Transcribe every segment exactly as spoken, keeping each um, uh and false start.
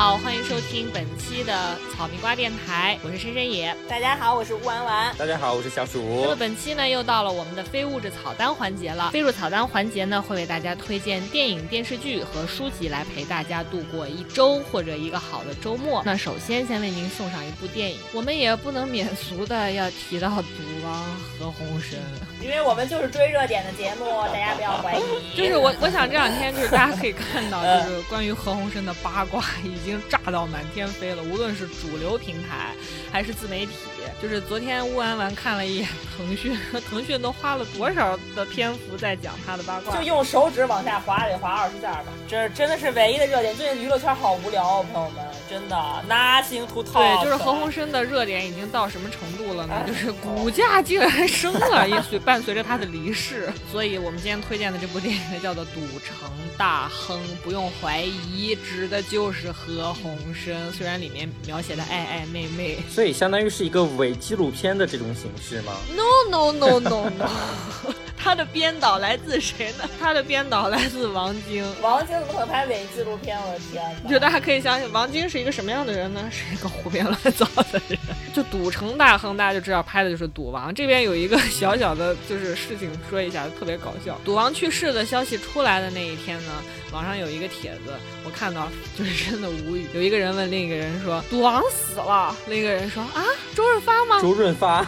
好，欢迎收听本期的草莓瓜电台，我是深深野。 大家好，我是吴婉婉。 大家好，我是小鼠。 那么本期呢，又到了我们的非物质草单环节了。非物质草单环节呢，会为大家推荐电影、电视剧和书籍，来陪大家度过一周或者一个好的周末。那首先先为您送上一部电影，我们也不能免俗的要提到赌王何鸿燊， 因为我们就是追热点的节目，大家不要怀疑。 就是我，我想这两天就是大家可以看到，就是关于何鸿燊的八卦已经炸到满天飞了，无论是主流平台还是自媒体。就是昨天乌安完看了一眼腾讯，腾讯都花了多少的篇幅在讲他的八卦， 就用手指往下滑得滑二十下吧。这真的是唯一的热点。最近娱乐圈好无聊哦，朋友们，真的 nothing to talk。 对，就是何鸿燊的热点已经到什么程度了呢？就是股价竟然升了，也随伴随着他的离世。所以我们今天推荐的这部电影呢，叫做《赌城大亨》，不用怀疑，指的就是何鸿燊。虽然里面描写的爱爱妹妹， 所以相当于是一个伪纪录片的这种形式吗 ？No no no no no 。他的编导来自谁呢？他的编导来自王晶。 王晶怎么可能拍伪纪录片？我的天哪！ 就大家可以相信，王晶是一个什么样的人呢？是一个胡编乱造的人。就赌城大亨，大家就知道拍的就是赌王。这边有一个小小的就是事情说一下，特别搞笑。赌王去世的消息出来的那一天呢，网上有一个帖子，我看到就是真的无语。有一个人问另一个人说：“赌王死了。”另一个人说：“啊，周润发吗？” 周润发。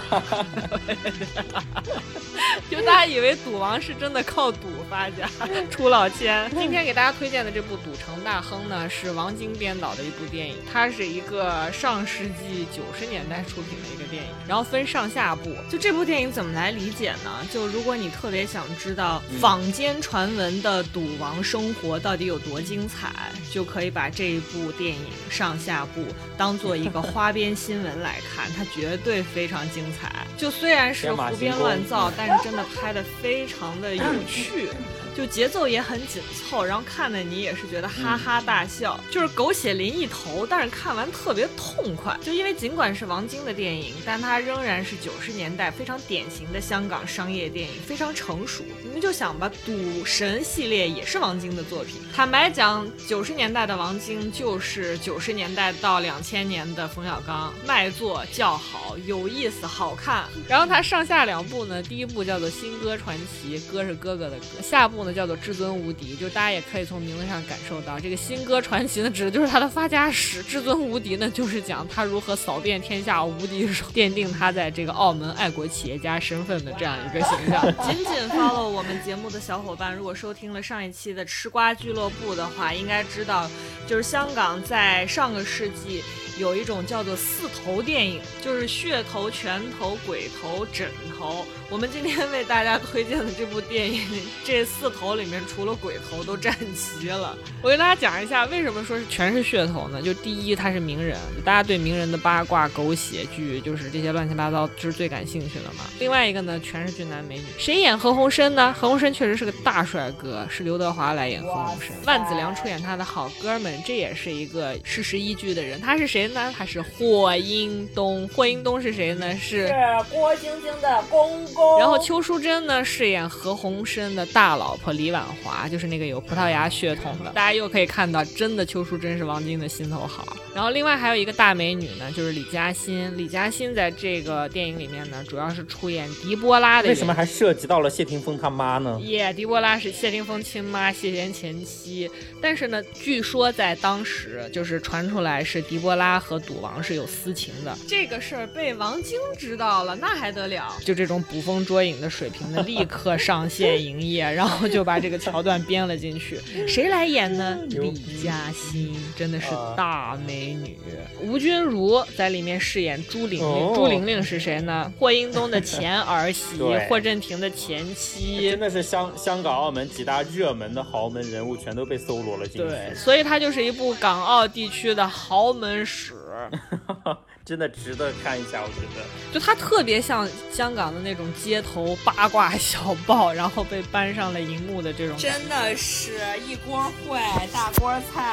就大家以为赌王是真的靠赌发家出老千。今天给大家推荐的这部《赌城大亨》呢，是王晶编导的一部电影，它是一个上世纪九十年代出品的一个电影，然后分上下部。就这部电影怎么来理解呢？就如果你特别想知道坊间传闻的赌王生活到底有多精彩，就可以把这一部电影上下部当做一个花边新闻来看，它绝对非常精彩。就虽然是胡编乱造，但是真的拍得非常的有趣，就节奏也很紧凑，然后看的你也是觉得哈哈大笑，就是狗血淋一头，但是看完特别痛快。就因为尽管是王晶的电影，但它仍然是九十年代非常典型的香港商业电影，非常成熟。你们就想吧，赌神系列也是王晶的作品。坦白讲，九十年代的王晶就是九十年代到两千年的冯小刚，卖座叫好，有意思，好看。然后他上下两部呢，第一部叫做《新歌传奇》，歌是哥哥的歌，下部呢叫做《至尊无敌》，就大家也可以从名字上感受到，这个新歌传奇呢指的就是他的发家史，至尊无敌呢就是讲他如何扫遍天下无敌手，奠定他在这个澳门爱国企业家身份的这样一个形象。仅仅 follow 我们节目的小伙伴，如果收听了上一期的吃瓜俱乐部的话，应该知道就是香港在上个世纪有一种叫做四头电影，就是噱头、拳头、鬼头、枕头。我们今天为大家推荐的这部电影，这四头里面除了鬼头都占齐了。我跟大家讲一下为什么说是全是噱头呢？就第一，他是名人，大家对名人的八卦、狗血剧，就是这些乱七八糟，就是最感兴趣的嘛。另外一个呢，全是俊男美女。谁演何鸿燊呢？何鸿燊确实是个大帅哥，是刘德华来演何鸿燊，万梓良出演他的好哥们，这也是一个事实依据的人。他是谁呢？他是霍英东。霍英东是谁呢？是是郭晶晶的公公。 然后邱淑贞呢饰演何鸿燊的大老婆李婉华，就是那个有葡萄牙血统的。大家又可以看到，真的邱淑贞是王晶的心头好。然后另外还有一个大美女呢，就是李嘉欣。李嘉欣在这个电影里面呢，主要是出演狄波拉的。 为什么还涉及到了谢霆锋他妈呢？ 耶、yeah, 狄波拉是谢霆锋亲妈，谢贤前妻。但是呢，据说在当时就是传出来是狄波拉和赌王是有私情的，这个事儿被王晶知道了，那还得了？就这种捕风捉影的水平呢，立刻上线营业，然后就把这个桥段编了进去。谁来演呢？李嘉欣，真的是大美女。吴君如在里面饰演朱玲玲。哦、朱玲玲是谁呢？霍英东的前儿媳，霍震霆的前妻。 真的是香香港、澳门几大热门的豪门人物全都被搜罗了进去。 对，所以它就是一部港澳地区的豪门史。 真的值得看一下，我觉得就它特别像香港的那种街头八卦小报，然后被搬上了荧幕的这种， 真的是一锅烩大锅菜。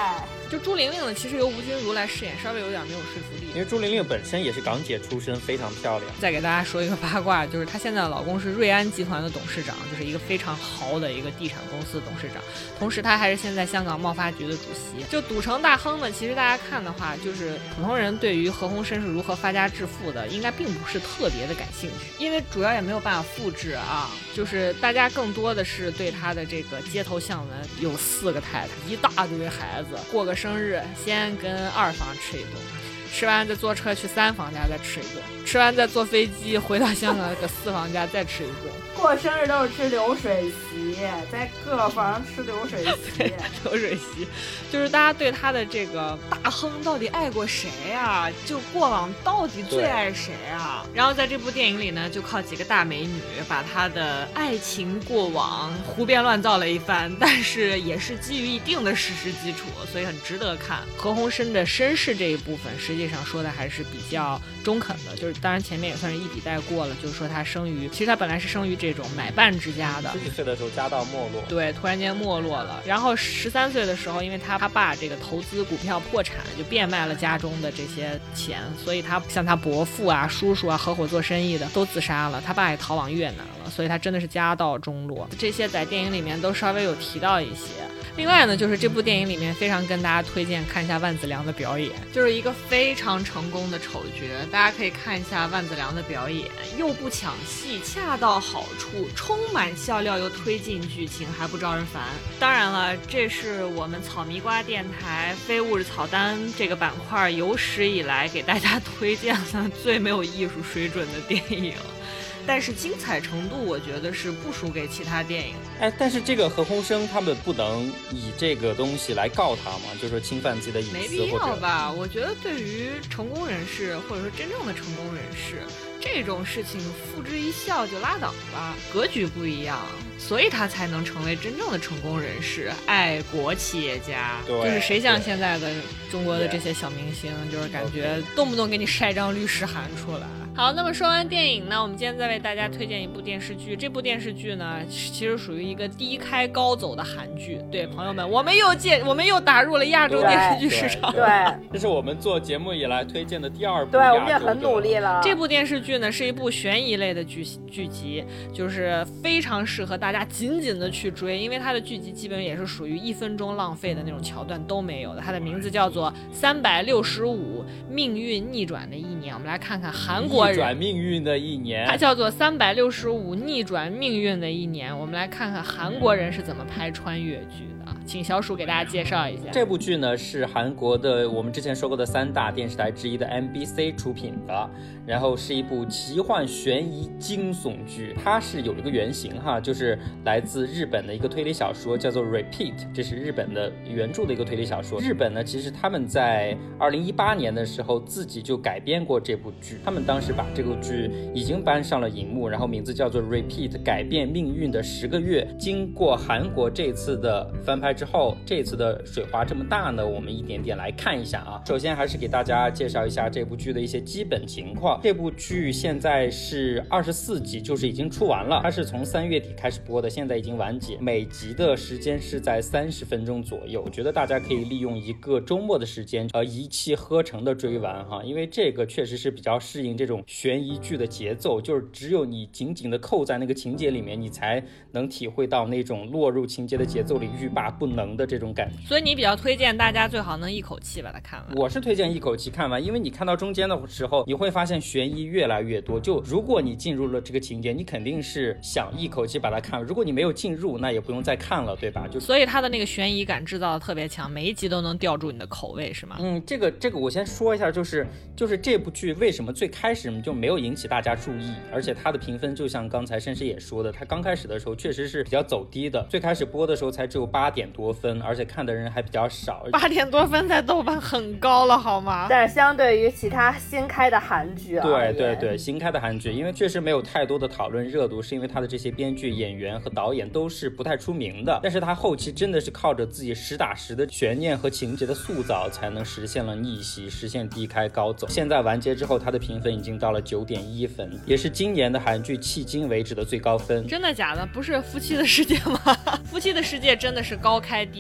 就朱玲玲呢，其实由吴君如来饰演，稍微有点没有说服力。 因为朱玲玲本身也是港姐出身，非常漂亮。 再给大家说一个八卦，就是她现在的老公是瑞安集团的董事长，就是一个非常豪的一个地产公司的董事长，同时他还是现在香港贸发局的主席。就赌城大亨呢，其实大家看的话，就是普通人对于何鸿燊是如何发家致富的，应该并不是特别的感兴趣，因为主要也没有办法复制啊。就是大家更多的是对他的这个街头巷闻，有四个太太，一大堆孩子，过个生日先跟二房吃一顿，吃完再坐车去三房家再吃一顿，吃完再坐飞机回到香港搁四房家再吃一顿。 过生日都是吃流水席，在各房吃流水席。 流水席，就是大家对他的这个大亨到底爱过谁啊？就过往到底最爱谁啊？然后在这部电影里呢，就靠几个大美女把他的爱情过往胡编乱造了一番，但是也是基于一定的事实基础，所以很值得看。何鸿燊的身世这一部分，实际上说的还是比较中肯的，就是当然前面也算是一笔带过了，就是说他生于，其实他本来是生于这种买办之家的， 十几岁的时候家道没落， 对，突然间没落了。然后十三岁的时候，因为他他爸这个投资股票破产，就变卖了家中的这些钱，所以他像他伯父啊、叔叔啊合伙做生意的都自杀了，他爸也逃往越南了，所以他真的是家道中落。这些在电影里面都稍微有提到一些。另外呢，就是这部电影里面非常跟大家推荐看一下万梓良的表演，就是一个非常成功的丑角，大家可以看一下万梓良的表演，又不抢戏，恰到好处，充满笑料，又推进剧情，还不招人烦。当然了，这是我们草迷瓜电台非物质草单这个板块有史以来给大家推荐的最没有艺术水准的电影，但是精彩程度我觉得是不输给其他电影。 哎，但是这个何鸿燊他们不能以这个东西来告他吗？就是说侵犯自己的隐私， 没必要吧？我觉得对于成功人士或者说真正的成功人士，这种事情付之一笑就拉倒吧，格局不一样，所以他才能成为真正的成功人士，爱国企业家。就是谁像现在的中国的这些小明星，就是感觉动不动给你晒张律师函出来。好，那么说完电影呢，我们今天再为大家推荐一部电视剧。这部电视剧呢，其实属于一个低开高走的韩剧。对，朋友们，我们又进，我们又打入了亚洲电视剧市场。 对，对这是我们做节目以来推荐的第二部。 对，我们也很努力了。 这部电视剧呢，是一部悬疑类的剧剧集，就是非常适合大家紧紧的去追，因为它的剧集基本也是属于一分钟浪费的那种桥段都没有的。它的名字叫做三百六十五命运逆转的一年。我们来看看韩国人逆转命运的一年， 它叫做三百六十五逆转命运的一年。我们来看看韩国人是怎么拍穿越剧的，请小鼠给大家介绍一下。 这部剧呢是韩国的我们之前说过的三大电视台之一的 M B C 出品的，然后是一部奇幻悬疑惊悚剧。它是有一个原型哈，就是来自日本的一个推理小说叫做 Repeat， 这是日本的原著的一个推理小说。日本呢其实他们在二零一八年的时候自己就改编过这部剧，他们当时把这个剧已经搬上了荧幕，然后名字叫做 Repeat 改变命运的十个月。经过韩国这次的翻拍之后，这次的水花这么大呢，我们一点点来看一下啊。首先还是给大家介绍一下这部剧的一些基本情况。这部剧现在是二十四集，就是已经出完了，它是从三月底开始播的，现在已经完结，每集的时间是在三十分钟左右。我觉得大家可以利用一个周末的时间呃一气呵成的追完哈，因为这个确实是比较适应这种悬疑剧的节奏，就是只有你紧紧的扣在那个情节里面，你才能体会到那种落入情节的节奏里欲罢不能的这种感觉。 所以你比较推荐大家最好能一口气把它看完。 我是推荐一口气看完，因为你看到中间的时候你会发现悬疑越来越多，就如果你进入了这个情节，你肯定是想一口气把它看完，如果你没有进入那也不用再看了，对吧？就所以它的那个悬疑感制造的特别强，每一集都能吊住你的口味，是吗？ 嗯，这个这个我先说一下，就是就是这部剧为什么最开始就没有引起大家注意，而且它的评分就像刚才申师也说的，它刚开始的时候确实是比较走低的，最开始播的时候才只有八点多分，而且看的人还比较少。 八点多分在豆瓣很高了好吗？ 但是相对于其他新开的韩剧啊， 对对对，新开的韩剧，因为确实没有太多的讨论热度，是因为它的这些编剧、演员和导演都是不太出名的，但是它后期真的是靠着自己实打实的悬念和情节的塑造，才能实现了逆袭，实现低开高走。现在完结之后，它的评分已经到了九点一分，也是今年的韩剧迄今为止的最高分。 真的假的？不是夫妻的世界吗？夫妻的世界真的是高开低走了。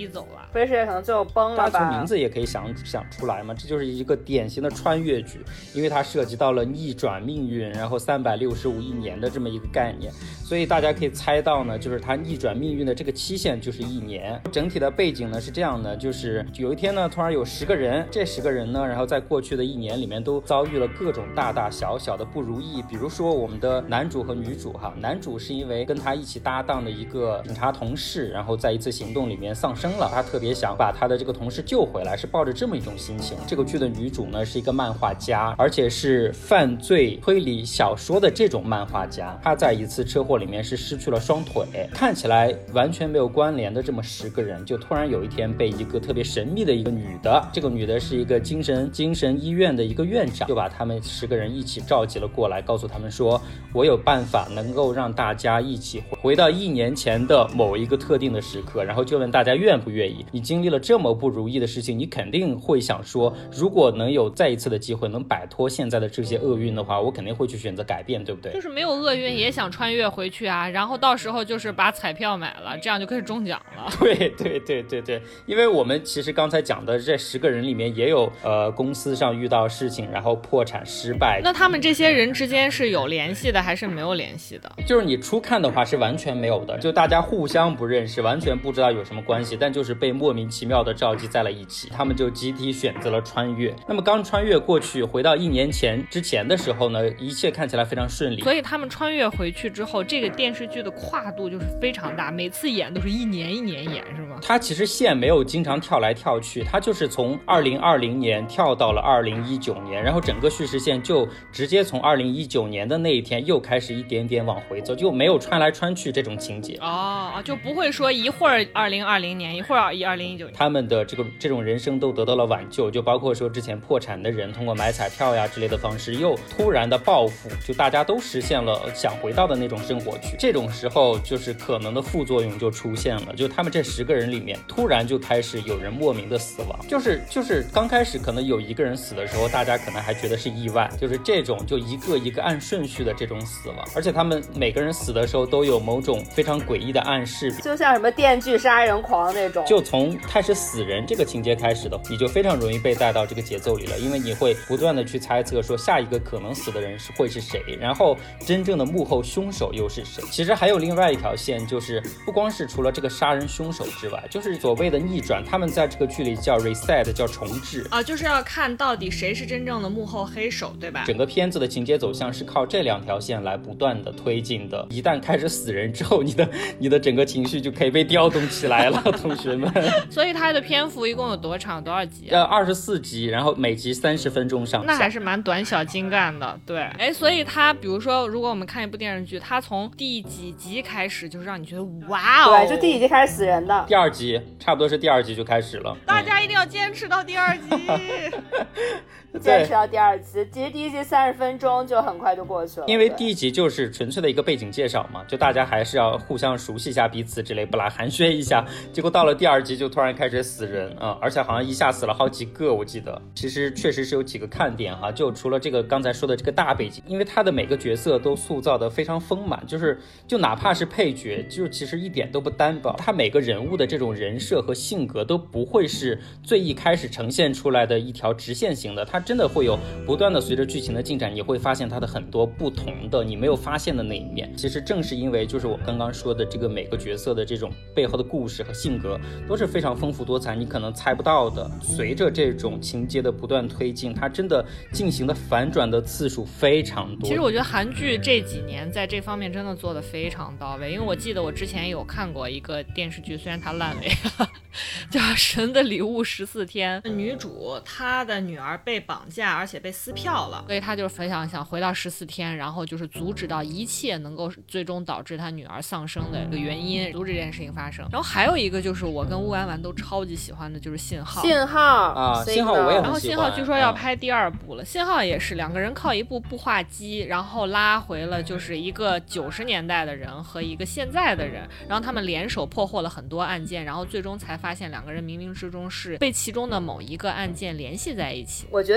威士忌可能最后崩了吧。 大家从名字也可以想想出来嘛，这就是一个典型的穿越剧，因为它涉及到了逆转命运，然后三百六十五亿年的这么一个概念，所以大家可以猜到呢，就是它逆转命运的这个期限就是一年。整体的背景呢是这样的，就是有一天呢，突然有十个人，这十个人呢，然后在过去的一年里面都遭遇了各种大大小小的不如意。比如说我们的男主和女主哈，男主是因为跟他一起搭档的一个警察同事，然后在一次行动里面丧生了，他特别想把他的这个同事救回来，是抱着这么一种心情。这个剧的女主呢是一个漫画家，而且是犯罪推理小说的这种漫画家。她在一次车祸里面是失去了双腿，看起来完全没有关联的这么十个人，就突然有一天被一个特别神秘的一个女的，这个女的是一个精神精神医院的一个院长，就把他们十个人一起召集了过来，告诉他们说，我有办法能够让大家一起回到一年前的某一个特定的时刻，然后就问大家愿不愿意。你经历了这么不如意的事情，你肯定会想说，如果能有再一次的机会能摆脱现在的这些厄运的话，我肯定会去选择改变，对不对？ 就是没有厄运也想穿越回去啊，然后到时候就是把彩票买了，这样就可以中奖了。 对对对对对，因为我们其实刚才讲的这十个人里面也有呃公司上遇到事情然后破产失败。 那他们这些人之间是有联系的还是没有联系的？ 就是你初看的话是完全没有的，就大家互相不认识，完全不知道有什么关系，但就是被莫名其妙的召集在了一起，他们就集体选择了穿越。那么刚穿越过去回到一年前之前的时候呢，一切看起来非常顺利， 所以他们穿越回去之后，这个电视剧的跨度就是非常大，每次演都是一年一年演，是吗？ 它其实线没有经常跳来跳去，它就是从二零二零年跳到了二零一九年，然后整个叙事线就直接从二零一九年的那一天又开始一点点往回走，就没有穿来穿去这种情节。 哦，就不会说一会儿二零二零年，一会儿二零一九年， 他们的这个这种人生都得到了挽救，就包括说之前破产的人通过买彩票呀之类的方式又突然的暴富，就大家都实现了想回到的那种生活去。这种时候就是可能的副作用就出现了，就他们这十个人里面突然就开始有人莫名的死亡，就是就是刚开始可能有一个人死的时候，大家可能还觉得是意外，就是这种就一个一个按顺序的这种死亡，而且他们每个人死的时候都有某种非常诡异的暗示， 就像什么电锯杀人狂那种。 就从开始死人这个情节开始的，你就非常容易被带到这个节奏里了，因为你会不断的去猜测说下一个可能死的人是会是谁，然后真正的幕后凶手又是谁。其实还有另外一条线，就是不光是除了这个杀人凶手之外，就是所谓的逆转，他们在这个剧里叫 reset， 叫重置啊，就是要看到底谁是真正的幕后黑手，对吧？ 整个片子的情节走向是靠这两条线来不断的推进的，一旦开始死人之后，你的你的整个情绪就可以被调动起来了同学们。 所以它的篇幅一共有多长，多少集啊？ 呃，二十四集，然后每集三十分钟上下， 那还是蛮短小精干的。对，哎，所以它比如说如果我们看一部电视剧，它从第几集开始就是让你觉得哇哦， 对，就第几集开始死人的， 第二集差不多是第二集就开始了， 大家一定要坚持到第二集。 坚持到第二集，其实第一集三十分钟就很快就过去了， 因为第一集就是纯粹的一个背景介绍嘛，就大家还是要互相熟悉一下彼此之类，不来寒暄一下，结果到了第二集就突然开始死人啊、嗯，而且好像一下死了好几个，我记得其实确实是有几个看点哈，就除了这个刚才说的这个大背景，因为他的每个角色都塑造的非常丰满，就是就哪怕是配角，就其实一点都不单薄，他每个人物的这种人设和性格都不会是最一开始呈现出来的一条直线型的，他真的会有不断的随着剧情的进展，你会发现他的很多不同的你没有发现的那一面。其实正是因为就是我刚刚说的这个每个角色的这种背后的故事和性格都是非常丰富多彩，你可能猜不到的。随着这种情节的不断推进，它真的进行的反转的次数非常多。 其实我觉得韩剧这几年在这方面真的做得非常到位，因为我记得我之前有看过一个电视剧，虽然它烂尾叫《神的礼物十四天》，女主她的女儿被绑架而且被撕票了，所以她就是非常想回到十四天，然后就是阻止到一切能够最终导致她女儿丧生的一个原因，阻止这件事情发生。然后还有一个就是我跟乌丸丸都超级喜欢的就是信号信号啊，信号我也很喜欢。 然后信号据说要拍第二部了、嗯、信号也是两个人靠一部步话机然后拉回了就是一个九十年代的人和一个现在的人，然后他们联手破获了很多案件，然后最终才发现两个人冥冥之中是被其中的某一个案件联系在一起。 我觉得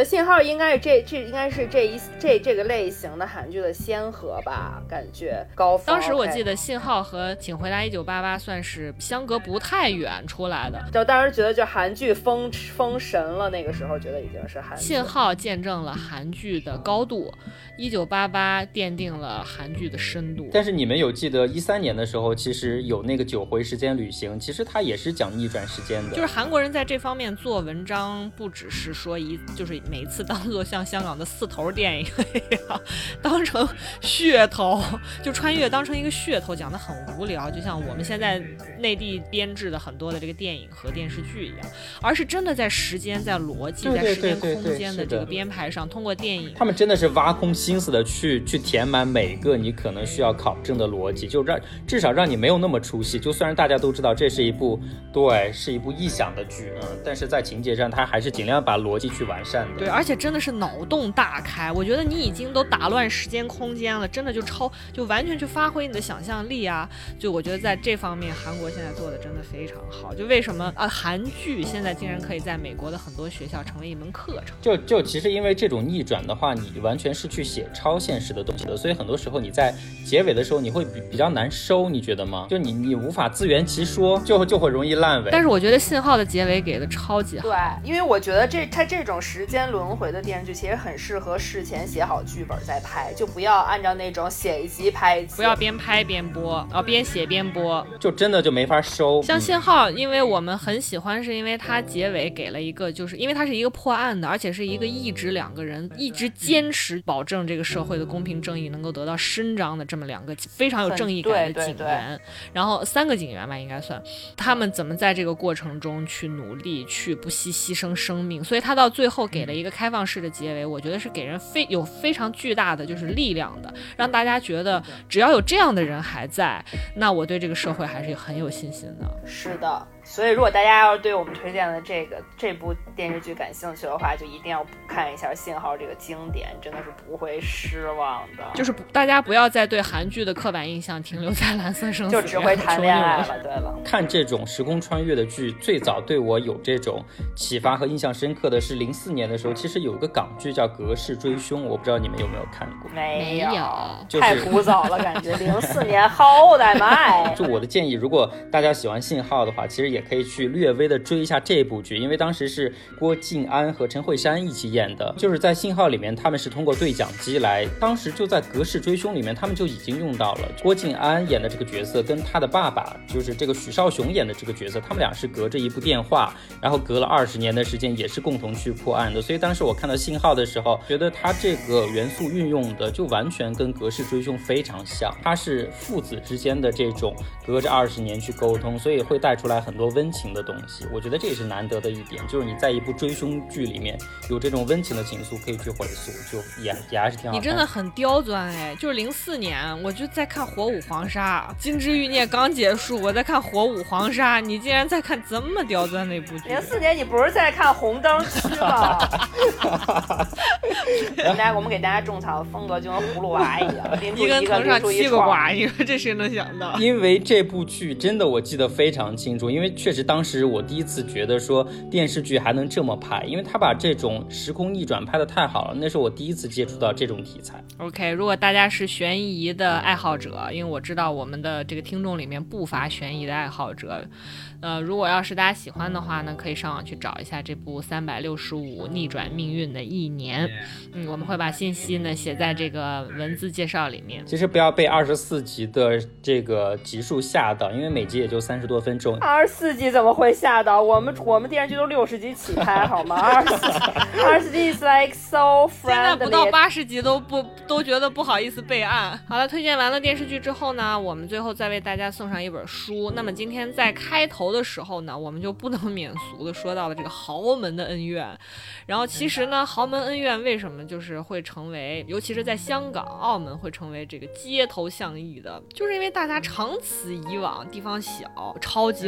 得信号应该是这这应该是这一这这个类型的韩剧的先河吧，感觉高峰。 当时我记得信号和请回答一九八八算是相隔不太远出来的， 就当时觉得就韩剧封封神了，那个时候觉得已经是韩剧。 信号见证了韩剧的高度，一九八八奠定了韩剧的深度。 但是你们有记得一三年的时候，其实有那个九回时间旅行，其实它也是讲逆转时间的。 就是韩国人在这方面做文章，不只是说一就是每一次当做像香港的四头电影一样当成噱头，就穿越当成一个噱头讲得很无聊，就像我们现在内地编制的很多的这个电影和电视剧一样，而是真的在时间在逻辑在时间空间的这个编排上，通过电影他们真的是挖空心思的去去填满每一个你可能需要考证的逻辑，就让至少让你没有那么出戏。就虽然大家都知道这是一部对是一部臆想的剧，嗯，但是在情节上他还是尽量把逻辑去完善的。 对，而且真的是脑洞大开，我觉得你已经都打乱时间空间了，真的就超就完全去发挥你的想象力啊！就我觉得在这方面韩国现在做的真的非常好。就为什么啊韩剧现在竟然可以在美国的很多学校成为一门课程？ 就就其实因为这种逆转的话，你完全是去写超现实的东西的，所以很多时候你在结尾的时候你会比比较难收，你觉得吗？就你你无法自圆其说，就就会容易烂尾。 但是我觉得信号的结尾给的超级好。 对，因为我觉得这它这种时间轮回的电视剧其实很适合事前写好剧本再拍，就不要按照那种写一集拍一集， 不要边拍边播，啊边写边播， 就真的就没法收。 像信号，因为我们很喜欢，是因为它结尾给了一个，就是因为它是一个破案的，而且是一个一直两个人一直坚持保证这个社会的公平正义能够得到伸张的这么两个非常有正义感的警员，然后三个警员吧应该算，他们怎么在这个过程中去努力，去不惜牺牲生命，所以他到最后给了一个开放式的结尾，我觉得是给人非有非常巨大的就是力量的，让大家觉得只要有这样的人还在，那我对这个社会还是很有信心的。 是的，所以如果大家要是对我们推荐的这个这部电视剧感兴趣的话，就一定要看一下《信号》这个经典，真的是不会失望的。 就是大家不要再对韩剧的刻板印象停留在蓝色生死， 就只会谈恋爱了。对了， 看这种时空穿越的剧，最早对我有这种启发和印象深刻的是零四年的时候，其实有个港剧叫《隔世追凶》，我不知道你们有没有看过。 没有， 就是、 太古早了，感觉零四年好歹卖。 就我的建议，如果大家喜欢信号的话，其实也可以去略微的追一下这部剧，因为当时是郭晋安和陈慧珊一起演的，就是在信号里面他们是通过对讲机来，当时就在隔世追凶里面他们就已经用到了郭晋安演的这个角色跟他的爸爸就是这个许绍雄演的这个角色，他们俩是隔着一部电话，然后隔了二十年的时间也是共同去破案的，所以当时我看到信号的时候觉得他这个元素运用的就完全跟隔世追凶非常像，他是父子之间的这种隔着二十年去沟通，所以会带出来很多温情的东西，我觉得这也是难得的一点，就是你在一部追凶剧里面有这种温情的情愫可以去回溯，就也也还是挺好看。 你真的很刁钻哎，就是零四年我就在看火舞黄沙，金枝欲孽刚结束，我在看火舞黄沙，你竟然在看这么刁钻的一部剧。 零四年你不是在看红灯区吗？大家我们给大家种草的风格就跟葫芦娃一样， 一根藤上七个瓜，你说这谁能想到？ 因为这部剧真的我记得非常清楚，因为确实当时我第一次觉得说电视剧还能这么拍，因为他把这种时空逆转拍得太好了，那是我第一次接触到这种题材。 OK， 如果大家是悬疑的爱好者，因为我知道我们的这个听众里面不乏悬疑的爱好者，呃，如果要是大家喜欢的话呢，可以上网去找一下这部三百六十五逆转命运的一年，嗯，我们会把信息呢写在这个文字介绍里面。 其实不要被二十四集的这个集数吓到，因为每集也就三十多分钟。 二十四集怎么会吓到？我们我们电视剧都六十集起拍好吗？二十四集，二十集 is like so friendly。 现在不到八十集都不都觉得不好意思备案。好了，推荐完了电视剧之后呢，我们最后再为大家送上一本书。那么今天在开头的时候呢，我们就不能免俗的说到了这个豪门的恩怨。然后其实呢，豪门恩怨为什么就是会成为，尤其是在香港、澳门会成为这个街头巷议的，就是因为大家长此以往，地方小，超级富豪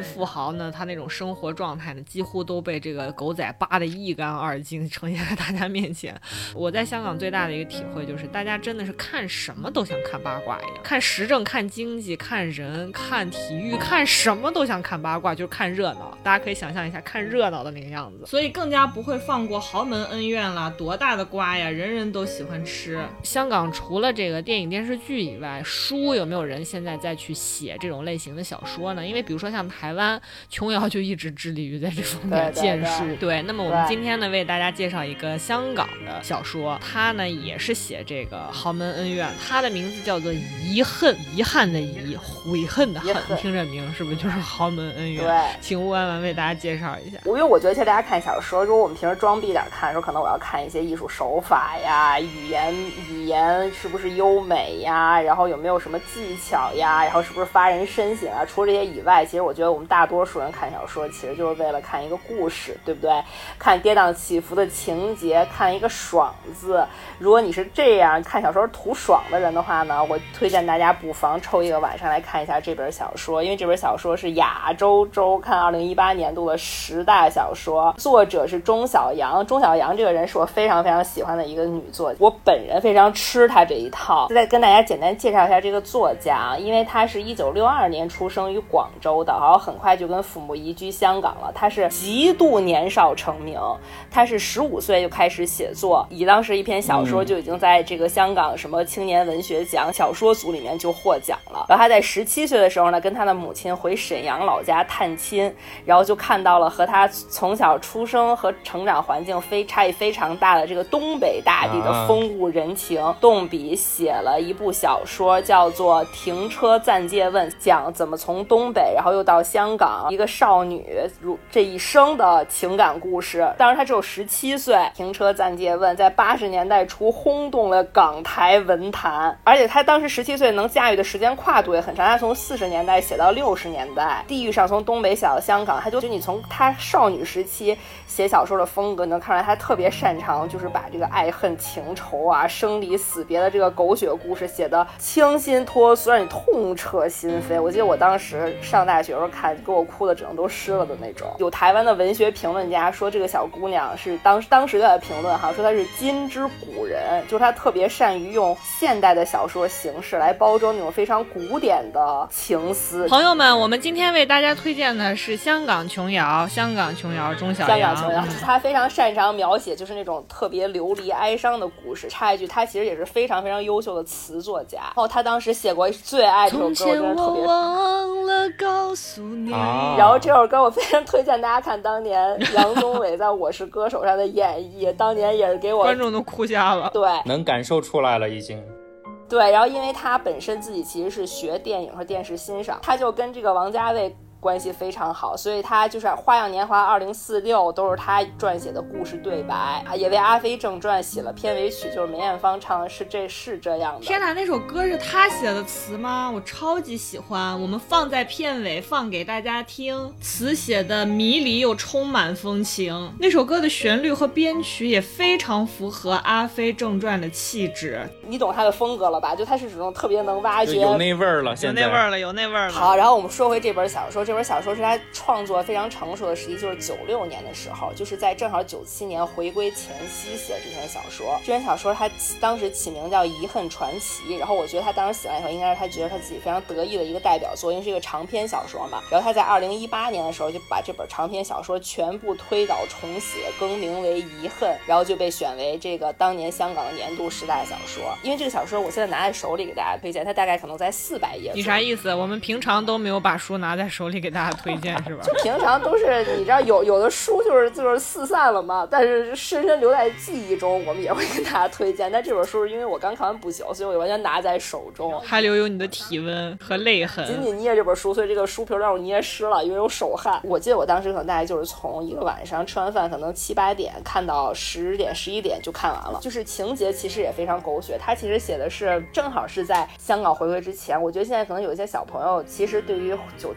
豪呢，他那种生活状态呢，几乎都被这个狗仔扒得一干二净，呈现在大家面前。我在香港最大的一个体会就是，大家真的是看什么都像看八卦一样，看时政、看经济、看人、看体育，看什么都像看八卦，就是看热闹。大家可以想象一下看热闹的那个样子，所以更加不会放过豪门恩怨啦，多大的瓜呀，人人都喜欢吃。香港除了这个电影电视剧以外，书有没有人现在再去写这种类型的小说呢？因为比如说像台湾，琼瑶就一直致力于在这方面建树。对, 对, 对, 对，那么我们今天呢，为大家介绍一个香港的小说，它呢也是写这个豪门恩怨，它的名字叫做遗恨，遗憾的遗，悔恨的恨，听这名是不是就是豪门恩怨？ 对， 请吴婉婉为大家介绍一下。 因为我觉得，其实大家看小说，如果我们平时装逼点看的时候，可能我要看一些艺术手法呀，语言语言是不是优美呀，然后有没有什么技巧呀，然后是不是发人深省啊。除了这些以外，其实我觉得我们大多数人看小说，其实就是为了看一个故事，对不对？看跌宕起伏的情节，看一个爽字。如果你是这样看小说图爽的人的话呢，我推荐大家不妨抽一个晚上来看一下这本小说，因为这本小说是亚洲周刊二零一八年度的十大小说，作者是钟晓阳。钟晓阳这个人是我非常非常喜欢的一个女作家，我本人非常吃她这一套。再跟大家简单介绍一下这个作家，因为她是一九六二年出生于广州的，然后很快就跟父母移居香港了。她是极度年少成名，她是十五岁就开始写作，以当时一篇小说就已经在这个香港什么青年文学奖小说组里面就获奖了。然后她在十七岁的时候呢，跟她的母亲回沈阳老家探亲，然后就看到了和她从小出生和成长环境非差异非常大的这个东北大地的风物人情，啊、动笔写了一部小说叫做《停车暂借问》，讲怎么从东北然后又到香港一个少女如这一生的情感故事。当时她只有十七岁，《停车暂借问》在八十年代初轰动了港台文坛，而且她当时十七岁能驾驭的时间跨度也很长，她从四十年代写到六十年代，地域上从东北写到香港。她就就你从她少女时期写小说的风格，你能看出来她特别擅长就是把这个爱恨情仇啊、生离死别的这个狗血故事写得清新脱俗，让你痛彻心扉。我记得我当时上大学的时候看，给我哭的整个都湿了的那种。有台湾的文学评论家说，这个小姑娘是当当时的评论哈，说她是今之古人，就是她特别善于用现代的小说形式来包装那种非常古典的情思。 朋友们，我们今天为大家推荐的是香港琼瑶，香港琼瑶钟晓阳。 香港琼瑶，她非常擅长描写就是那种特别流离哀伤的故事。插一句，她其实也是非常非常优秀的词作家。然后她当时写过最爱这首歌，我真的特别忘了告诉你、 啊、然后这首歌我非常推荐大家看当年杨宗纬在我是歌手上的演绎，当年也是给我观众都哭瞎了。 对， 能感受出来了已经。 对，然后因为他本身自己其实是学电影和电视欣赏，他就跟这个王家卫关系非常好，所以他就是《花样年华二零四六》都是他撰写的故事对白，也为《阿飞正传》写了片尾曲，就是梅艳芳唱的是这是这样的。 天哪，那首歌是他写的词吗？我超级喜欢，我们放在片尾放给大家听。词写的迷离又充满风情，那首歌的旋律和编曲也非常符合《阿飞正传》的气质。 你懂他的风格了吧？就他是这种特别能挖掘， 有那味儿了，现在有那味儿了，有那味儿了。 好，然后我们说回这本小说，这本小说是他创作非常成熟的时期，就是九六年的时候，就是在正好九七年回归前夕写这篇小说。这篇小说他当时起名叫《遗恨传奇》，然后我觉得他当时写完以后，应该是他觉得他自己非常得意的一个代表作，因为是一个长篇小说嘛。然后他在二零一八年的时候就把这本长篇小说全部推倒重写，更名为《遗恨》，然后就被选为这个当年香港的年度十大小说。因为这个小说我现在拿在手里给大家推荐，它大概可能在四百页。 你啥意思？我们平常都没有把书拿在手里给大家推荐是吧？ 平常都是你知道有有的书就是就是四散了嘛，但是深深留在记忆中，我们也会跟大家推荐。但这本书因为我刚看完不久，所以我完全拿在手中， 还留有你的体温和泪痕， 紧紧捏这本书，所以这个书皮让我捏湿了，因为有手汗。我记得我当时可能大概就是从一个晚上吃完饭，可能七八点看到十点十一点就看完了。就是情节其实也非常狗血，它其实写的是正好是在香港回归之前。我觉得现在可能有一些小朋友其实对于九七年之前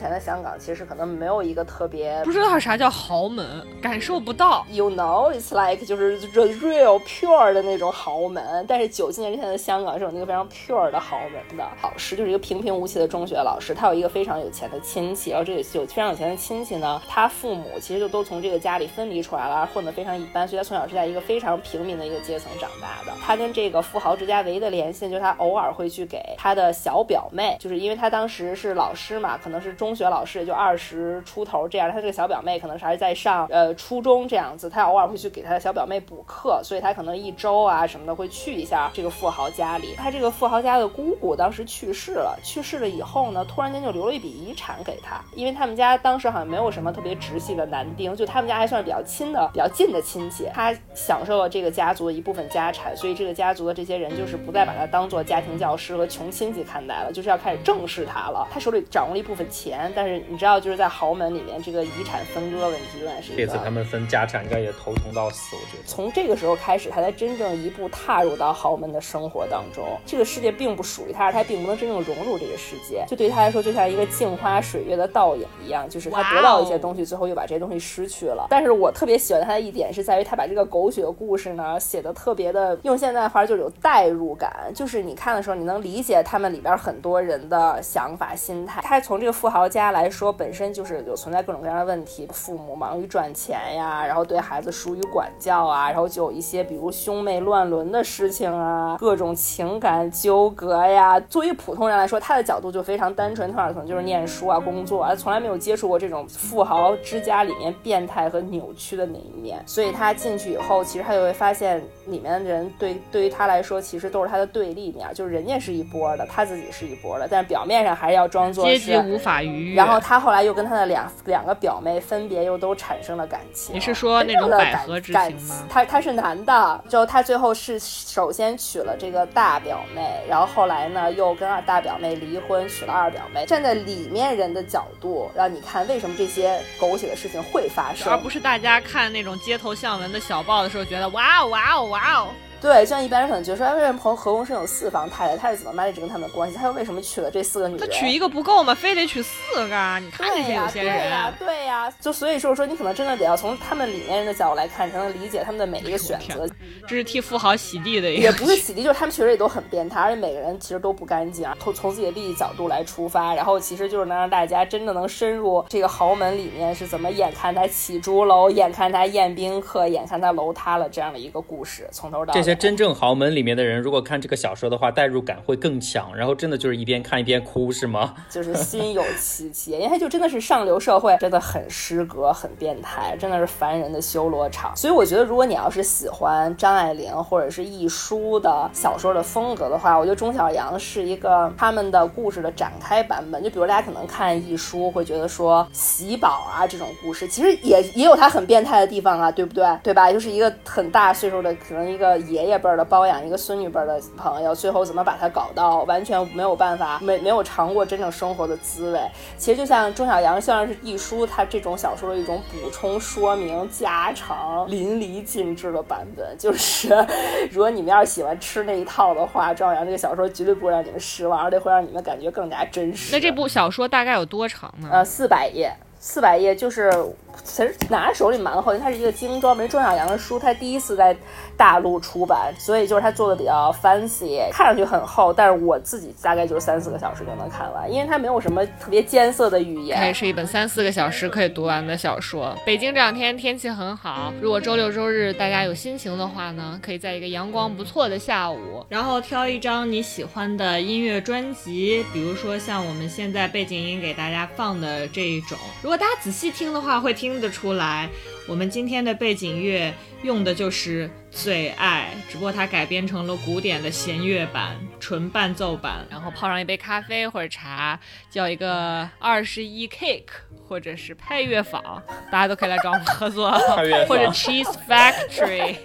前的香港其实可能没有一个特别不知道啥叫豪门，感受不到。 You know it's like 就是 real pure 的那种豪门，但是九七年之前的香港是有那个非常 pure 的豪门的。老师就是一个平平无奇的中学老师，他有一个非常有钱的亲戚，然后这个有非常有钱的亲戚呢，他父母其实就都从这个家里分离出来了，混得非常一般，所以他从小是在一个非常平民的一个阶层长大的。他跟这个富豪之家唯一的联系就是他偶尔会去给他的小表妹，就是因为他当时是老师嘛，可能是中学老师，也就二十出头这样，他这个小表妹可能是还是在上呃初中这样子，他偶尔会去给他的小表妹补课，所以他可能一周啊什么的会去一下这个富豪家里。他这个富豪家的姑姑当时去世了，去世了以后呢，突然间就留了一笔遗产给他，因为他们家当时好像没有什么特别直系的男丁，就他们家还算是比较亲的比较近的亲戚，他享受了这个家族的一部分家产，所以这个家族的这些人就是不再把他当做家庭教师和穷亲戚看待了，就是要开始正视他了。他手里掌握了一部分钱，但是你知道就是在豪门里面这个遗产分割问题永远是一个， 这次他们分家产应该也头疼到死，我觉得从这个时候开始他才真正一步踏入到豪门的生活当中，这个世界并不属于他，他并不能真正融入这个世界，就对于他来说就像一个镜花水月的倒影一样，就是他得到一些东西，最后又把这些东西失去了。但是我特别喜欢他的一点是在于他把这个狗血故事呢写得特别的，用现在话就是有代入感，就是你看的时候你能理解他们里边很多人的想法心态。他从这个富豪家来说本身就是有存在各种各样的问题，父母忙于赚钱呀，然后对孩子疏于管教啊，然后就有一些比如兄妹乱伦的事情啊，各种情感纠葛呀。作为普通人来说，他的角度就非常单纯，他可能就是念书啊工作啊，从来没有接触过这种富豪之家里面变态和扭曲的那一面，所以他进去以后其实他就会发现里面的人对对于他来说其实都是他的对立面，就是人家是一波的，他自己是一波的，但是表面上还是要装作是阶级无法逾越。 然后他后来又跟他的两两个表妹分别又都产生了感情。 你是说那种百合之情吗？ 他他是男的，就他最后是首先娶了这个大表妹，然后后来呢又跟二大表妹离婚，娶了二表妹。站在里面人的角度让你看为什么这些狗血的事情会发生， 而不是大家看那种街头巷闻的小报的时候觉得哇哦哇哦哇哦。 对，就像一般人可能觉得说，哎，为什么何鸿燊有四房太太，他是怎么 manage 跟他们的关系？他又为什么娶了这四个女人？ 他娶一个不够吗？非得娶四个啊？你看这些有些人， 对呀、啊，对呀、啊，就所以说说，你可能真的得要从他们里面人的角度来看，才能理解他们的每一个选择。 这是替富豪洗地的一个， 也不是洗地，就是他们确实也都很变态，而且每个人其实都不干净啊。从从自己的利益角度来出发，然后其实就是能让大家真的能深入这个豪门里面是怎么眼看他起朱楼，眼看他宴宾客，眼看他楼塌了这样的一个故事，从头到尾。 这些真正豪门里面的人如果看这个小说的话，代入感会更强，然后真的就是一边看一边哭，是吗？ 就是心有戚戚，因为他就真的是上流社会，真的很失格很变态，真的是凡人的修罗场。所以我觉得如果你要是喜欢张爱玲或者是亦舒的小说的风格的话，我觉得钟晓阳是一个他们的故事的展开版本。就比如大家可能看亦舒会觉得说喜宝啊这种故事其实也也有他很变态的地方啊，对不对？对吧？就是一个很大岁数的可能一个爷爷辈的包养一个孙女辈的朋友，最后怎么把他搞到完全没有办法没没有尝过真正生活的滋味。其实就像钟晓阳像是亦舒他这种小说的一种补充说明加长淋漓尽致的版本，就是如果你们要是喜欢吃那一套的话，钟晓阳这个小说绝对不会让你们失望，而且会让你们感觉更加真实。 那这部小说大概有多长呢？ 呃，四百页。四百页就是其实拿着手里蛮厚，因为它是一个精装，因为钟晓阳的书他第一次在大陆出版，所以就是他做的比较 fancy， 看上去很厚，但是我自己大概就是三四个小时就能看完，因为它没有什么特别艰涩的语言， 它也是一本三四个小时可以读完的小说。北京这两天天气很好，如果周六周日大家有心情的话呢，可以在一个阳光不错的下午，然后挑一张你喜欢的音乐专辑，比如说像我们现在背景音给大家放的这一种，如果大家仔细听的话会听得出来，我们今天的背景乐用的就是最爱，只不过它改编成了古典的弦乐版纯伴奏版，然后泡上一杯咖啡或者茶，叫一个二十一 cake 或者是派乐坊，大家都可以来找我们合作或者 cheese factory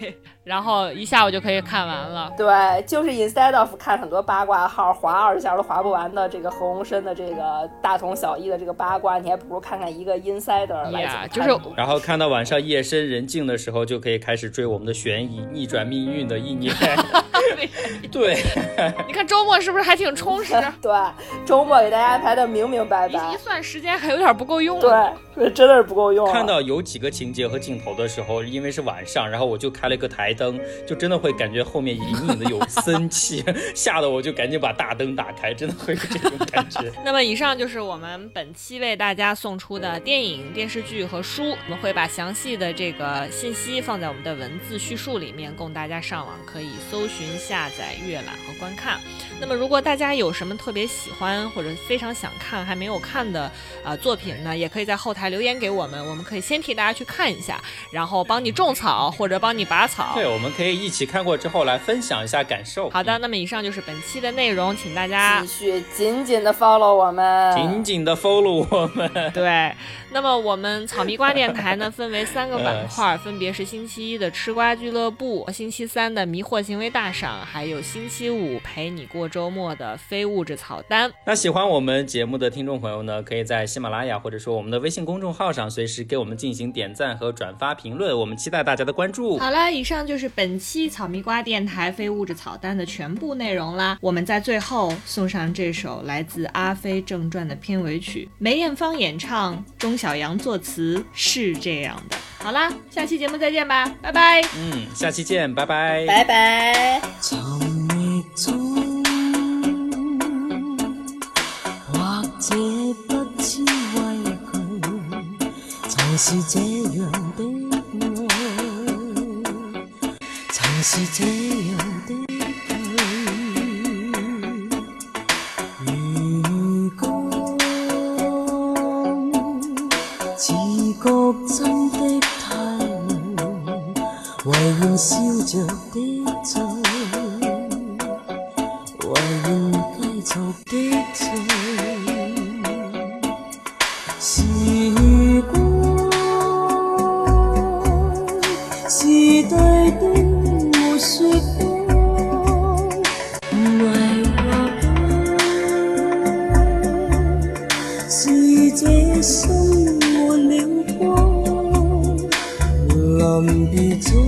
然后一下午就可以看完了。 对，就是 instead of 看很多八卦号划二十下都划不完的这个何鸿燊的这个大同小异的这个八卦，你还不如看看一个 insider 来怎么看。 就是然后看到晚上夜深人静的时候，就可以开始追我们的悬疑逆转命运的一年。对， 你看周末是不是还挺充实？ 对，周末给大家安排的明明白白， 一算时间还有点不够用了。 对，真的是不够用。 看到有几个情节和镜头的时候，因为是晚上，然后我就开了一个台灯，就真的会感觉后面隐隐的有森气，吓得我就赶紧把大灯打开，真的会有这种感觉。 那么以上就是我们本期为大家送出的电影、电视剧和书，我们会把详细的这个信息放在我们的文字叙述里面，供大家上网可以搜寻、下载、阅览和观看。那么如果大家有什么特别喜欢或者非常想看还没有看的、呃、作品呢，也可以在后台留言给我们，我们可以先替大家去看一下，然后帮你种草或者帮你拔草。 对，我们可以一起看过之后来分享一下感受。 好的，那么以上就是本期的内容，请大家继续紧紧的 follow 我们， 紧紧的 follow 我们。 对，那么我们草蜜瓜电台呢分为三个板块，分别是星期一的吃瓜俱乐部，星期三的迷惑行为大赏，还有星期五陪你过周末的非物质草单。 那喜欢我们节目的听众朋友呢，可以在喜马拉雅或者说我们的微信公众号上随时给我们进行点赞和转发评论，我们期待大家的关注。 好了，以上就是本期草蜜瓜电台非物质草单的全部内容啦。我们在最后送上这首来自《阿飞正传》的片尾曲，梅艳芳演唱，钟晓阳作词，是这样的。好啦，下期节目再见吧，拜拜。 嗯，下期见，拜拜， 拜拜。 沉溺中，或者不知畏懼，曾是這樣的愛，曾是這樣的佢。如果自覺真的太累，唯願笑着的醉，唯願繼續的醉。時光是對的沒說謊，迷惑是這心沒了光，臨別中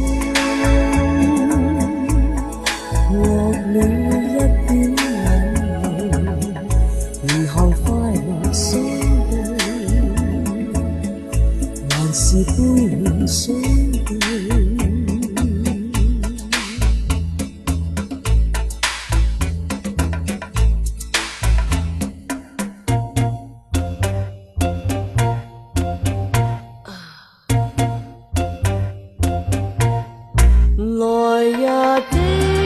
落了一點眼淚，如看快樂相對，還是背面相對。來日的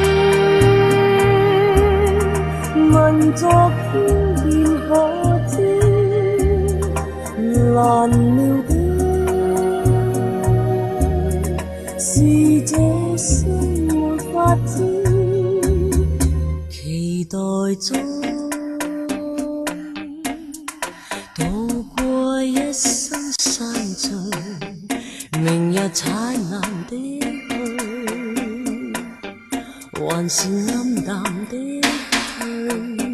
問昨天便可知，難料的是這生沒法知，期待中度過一生散聚，明日燦爛的去，還是暗淡的退。